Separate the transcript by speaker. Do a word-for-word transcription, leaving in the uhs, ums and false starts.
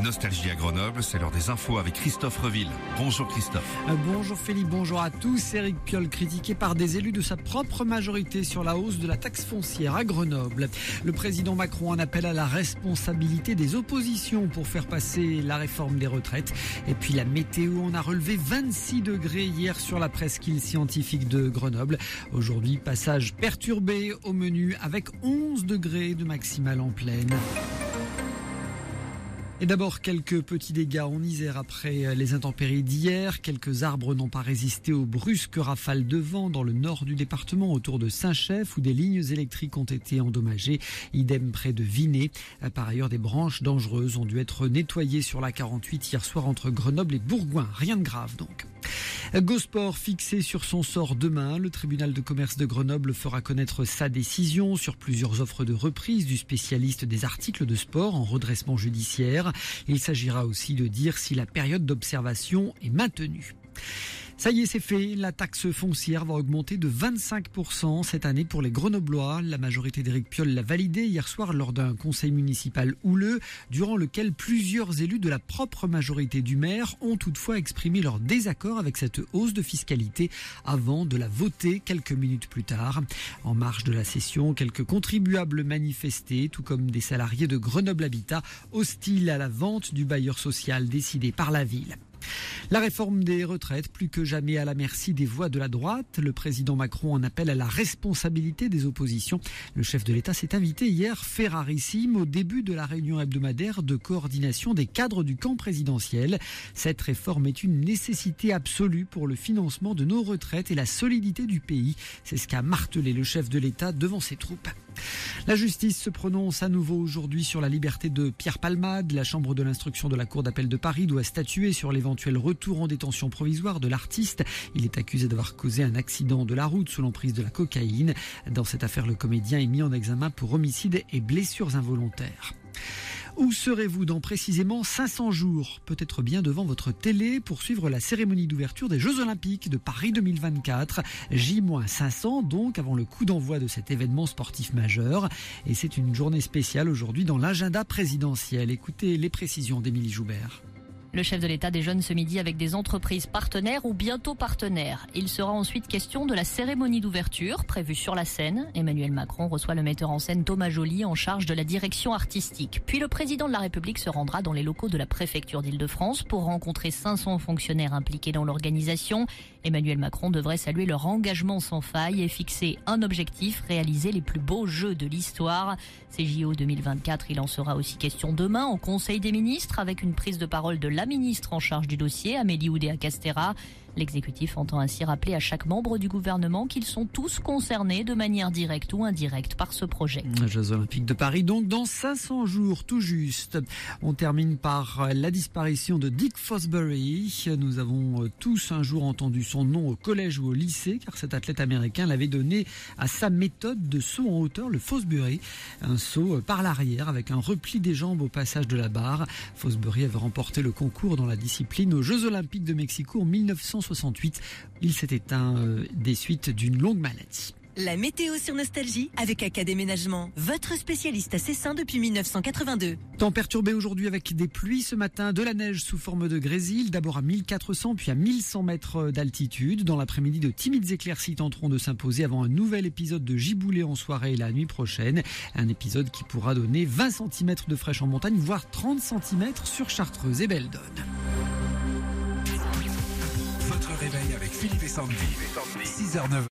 Speaker 1: Nostalgie à Grenoble, c'est l'heure des infos avec Christophe Reville. Bonjour Christophe.
Speaker 2: Bonjour Philippe, bonjour à tous. Éric Piolle critiqué par des élus de sa propre majorité sur la hausse de la taxe foncière à Grenoble. Le président Macron en appelle à la responsabilité des oppositions pour faire passer la réforme des retraites. Et puis la météo, on a relevé vingt-six degrés hier sur la presqu'île scientifique de Grenoble. Aujourd'hui, passage perturbé au menu avec onze degrés de maximale en pleine. Et d'abord, quelques petits dégâts en Isère après les intempéries d'hier. Quelques arbres n'ont pas résisté aux brusques rafales de vent dans le nord du département, autour de Saint-Chef, où des lignes électriques ont été endommagées. Idem près de Vinay. Par ailleurs, des branches dangereuses ont dû être nettoyées sur la quarante-huit hier soir entre Grenoble et Bourgoin. Rien de grave donc. Gosport fixé sur son sort demain. Le tribunal de commerce de Grenoble fera connaître sa décision sur plusieurs offres de reprise du spécialiste des articles de sport en redressement judiciaire. Il s'agira aussi de dire si la période d'observation est maintenue. Ça y est, c'est fait. La taxe foncière va augmenter de vingt-cinq pour cent cette année pour les Grenoblois. La majorité d'Éric Piolle l'a validé hier soir lors d'un conseil municipal houleux, durant lequel plusieurs élus de la propre majorité du maire ont toutefois exprimé leur désaccord avec cette hausse de fiscalité avant de la voter quelques minutes plus tard. En marge de la session, quelques contribuables manifestaient, tout comme des salariés de Grenoble Habitat, hostiles à la vente du bailleur social décidé par la ville. La réforme des retraites, plus que jamais à la merci des voix de la droite. Le président Macron en appelle à la responsabilité des oppositions. Le chef de l'État s'est invité hier, ferrarissime, au début de la réunion hebdomadaire de coordination des cadres du camp présidentiel. Cette réforme est une nécessité absolue pour le financement de nos retraites et la solidité du pays. C'est ce qu'a martelé le chef de l'État devant ses troupes. La justice se prononce à nouveau aujourd'hui sur la liberté de Pierre Palmade. La chambre de l'instruction de la Cour d'appel de Paris doit statuer sur l'éventuel retour en détention provisoire de l'artiste. Il est accusé d'avoir causé un accident de la route sous l'emprise de la cocaïne. Dans cette affaire, le comédien est mis en examen pour homicide et blessures involontaires. Où serez-vous dans précisément cinq cents jours? Peut-être bien devant votre télé pour suivre la cérémonie d'ouverture des Jeux Olympiques de Paris deux mille vingt-quatre. J cinq cents donc avant le coup d'envoi de cet événement sportif majeur. Et c'est une journée spéciale aujourd'hui dans l'agenda présidentiel. Écoutez les précisions d'Émilie Joubert.
Speaker 3: Le chef de l'État déjeune ce midi avec des entreprises partenaires ou bientôt partenaires. Il sera ensuite question de la cérémonie d'ouverture prévue sur la scène. Emmanuel Macron reçoit le metteur en scène Thomas Joly en charge de la direction artistique. Puis le président de la République se rendra dans les locaux de la préfecture d'Île-de-France pour rencontrer cinq cents fonctionnaires impliqués dans l'organisation. Emmanuel Macron devrait saluer leur engagement sans faille et fixer un objectif, réaliser les plus beaux jeux de l'histoire. Ces J O deux mille vingt-quatre, il en sera aussi question demain au Conseil des ministres avec une prise de parole de la ministre en charge du dossier, Amélie Oudéa-Castéra. L'exécutif entend ainsi rappeler à chaque membre du gouvernement qu'ils sont tous concernés de manière directe ou indirecte par ce projet.
Speaker 2: Jeux Olympiques de Paris, donc dans cinq cents jours tout juste. On termine par la disparition de Dick Fosbury. Nous avons tous un jour entendu son nom au collège ou au lycée, car cet athlète américain l'avait donné à sa méthode de saut en hauteur, le Fosbury. Un saut par l'arrière avec un repli des jambes au passage de la barre. Fosbury avait remporté le concours dans la discipline aux Jeux Olympiques de Mexico en mille neuf cent soixante-huit. Il s'est éteint euh, des suites d'une longue maladie.
Speaker 4: La météo sur Nostalgie avec A K Déménagement, votre spécialiste à Cessin depuis mille neuf cent quatre-vingt-deux.
Speaker 2: Temps perturbé aujourd'hui avec des pluies ce matin, de la neige sous forme de grésil, d'abord à mille quatre cents puis à mille cent mètres d'altitude. Dans l'après-midi, de timides éclaircies tenteront de s'imposer avant un nouvel épisode de giboulée en soirée et la nuit prochaine. Un épisode qui pourra donner vingt centimètres de fraîche en montagne, voire trente centimètres sur Chartreuse et Beldonne.
Speaker 1: Votre réveil avec Philippe et Sandy. six heures neuf.